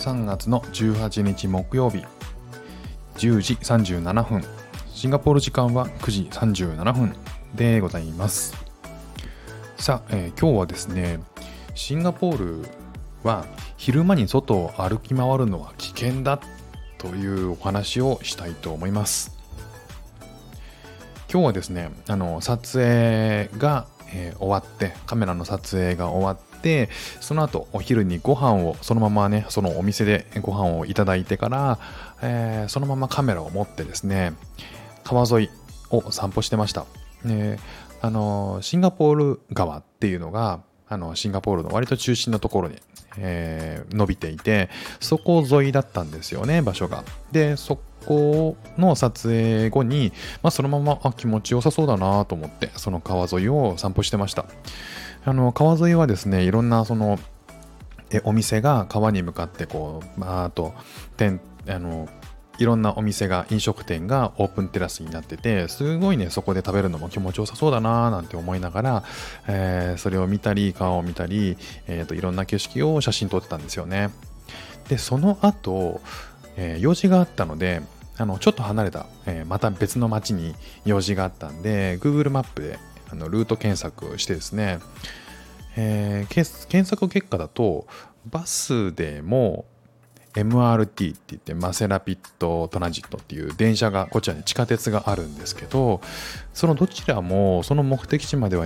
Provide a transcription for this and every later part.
3月の18日木曜日10時37分、シンガポール時間は9時37分でございます。さあ、今日はですね、シンガポールは昼間に外を歩き回るのは危険だというお話をしたいと思います。今日はですね、撮影が、終わって、カメラの撮影が終わって、その後お昼にご飯をそのままね、そのお店でご飯をいただいてから、そのままカメラを持ってですね、川沿いを散歩してました。シンガポール川っていうのがシンガポールの割と中心のところに、伸びていて、そこ沿いだったんですよね、場所が。で、そこの撮影後に、そのまま気持ちよさそうだなと思ってその川沿いを散歩してました。川沿いはですね、いろんなお店が川に向かっていろんなお店が、飲食店がオープンテラスになってて、すごいね、そこで食べるのも気持ちよさそうだななんて思いながら、それを見たり川を見たり、いろんな景色を写真撮ってたんですよね。でその後、用事があったので、ちょっと離れた、また別の町に用事があったんで Google マップでルート検索してですね、検索結果だとバスでも MRT って言ってマセラピットトランジットっていう電車が、こちらに地下鉄があるんですけど、そのどちらもその目的地までは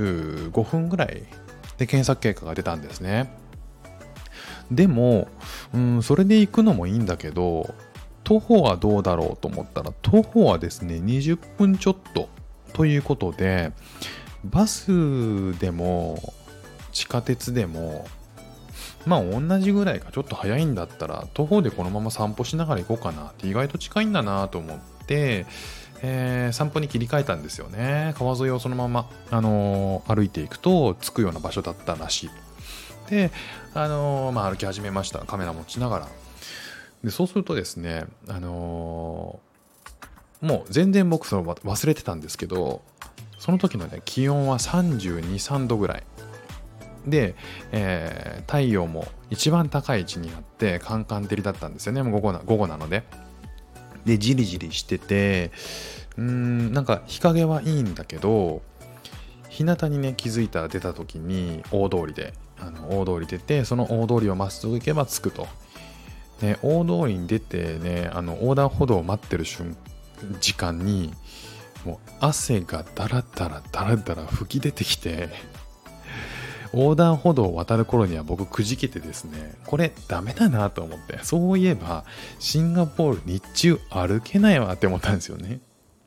25分ぐらいで検索結果が出たんですね。でも、それで行くのもいいんだけど、徒歩はどうだろうと思ったら、徒歩はですね20分ちょっとということで、バスでも地下鉄でも同じぐらいか、ちょっと早いんだったら徒歩でこのまま散歩しながら行こうかなって、意外と近いんだなと思って、散歩に切り替えたんですよね。川沿いをそのまま、歩いていくと着くような場所だったらしい。で、歩き始めました。カメラ持ちながら。でそうするとですね、もう全然僕その忘れてたんですけど、その時のね気温は32、3度ぐらいで、太陽も一番高い位置にあってカンカン照りだったんですよね。もう午後なので。でじりじりしてて、なんか日陰はいいんだけど、日向にね気づいたら出た時に大通り出て、その大通りをまっすぐ行けば着くと。ね、大通りに出てね、横断歩道を待ってる時間にもう汗がダラダラ吹き出てきて、横断歩道を渡る頃には僕くじけてですね、これダメだなと思って、そういえばシンガポール日中歩けないわって思ったんですよね。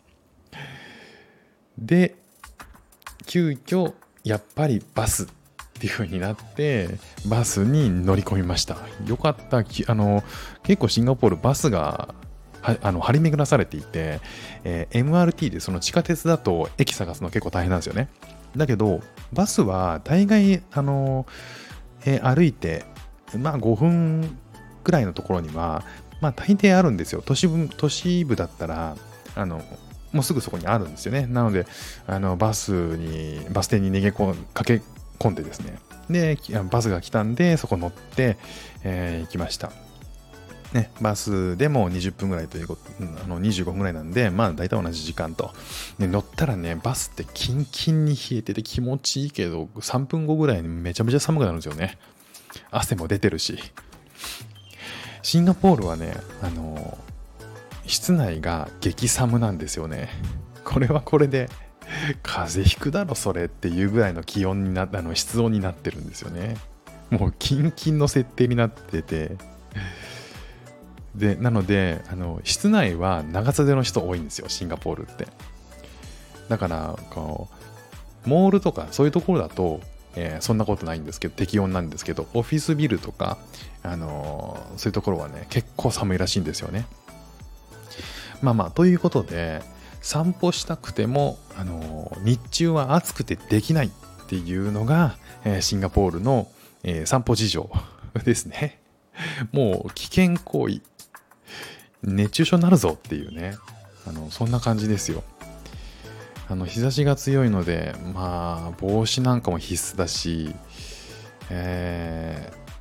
で急遽やっぱりバスっていう風になってバスに乗り込みました。よかった。結構シンガポールバスが張り巡らされていて、MRT でその地下鉄だと駅探すの結構大変なんですよね。だけどバスは大概歩いて5分くらいのところには大抵あるんですよ。都市部だったらもうすぐそこにあるんですよね。なのでバス停に駆け込んでですね、でバスが来たんでそこ乗って、行きましたね。バスでも20分ぐらいということ25分ぐらいなんで、大体同じ時間と、で乗ったらね、バスってキンキンに冷えてて気持ちいいけど、3分後ぐらいにめちゃめちゃ寒くなるんですよね。汗も出てるし。シンガポールはね、室内が激寒なんですよね。これはこれで風邪ひくだろそれっていうぐらいの気温に室温になってるんですよね。もうキンキンの設定になってて、でなので室内は長袖の人多いんですよ、シンガポールって。だからモールとかそういうところだと、そんなことないんですけど、適温なんですけど、オフィスビルとか、そういうところはね結構寒いらしいんですよね。ということで散歩したくても日中は暑くてできないっていうのが、シンガポールの、散歩事情ですね。もう危険行為、熱中症になるぞっていうね、そんな感じですよ。日差しが強いので帽子なんかも必須だし、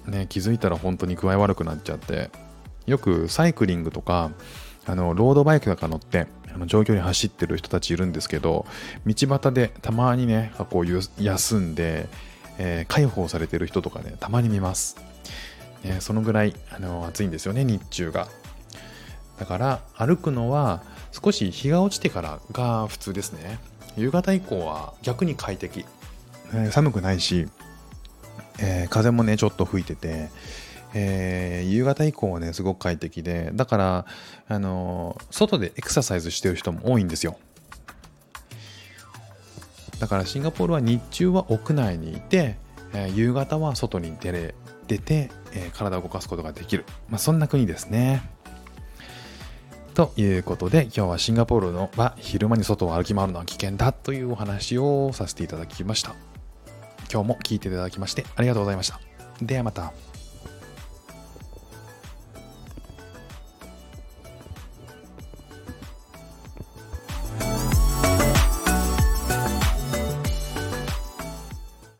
ね、気づいたら本当に具合悪くなっちゃって、よくサイクリングとかロードバイクとか乗って長距離走ってる人たちいるんですけど、道端でたまにねこう休んで、解放されてる人とかねたまに見ます、そのぐらい暑いんですよね、日中が。だから歩くのは少し日が落ちてからが普通ですね。夕方以降は逆に快適、寒くないし、風もねちょっと吹いてて、夕方以降はねすごく快適で、だから外でエクササイズしてる人も多いんですよ。だからシンガポールは日中は屋内にいて、夕方は外に出て、体を動かすことができる、そんな国ですね。ということで、今日はシンガポールのは昼間に外を歩き回るのは危険だというお話をさせていただきました。今日も聞いていただきましてありがとうございました。ではまた。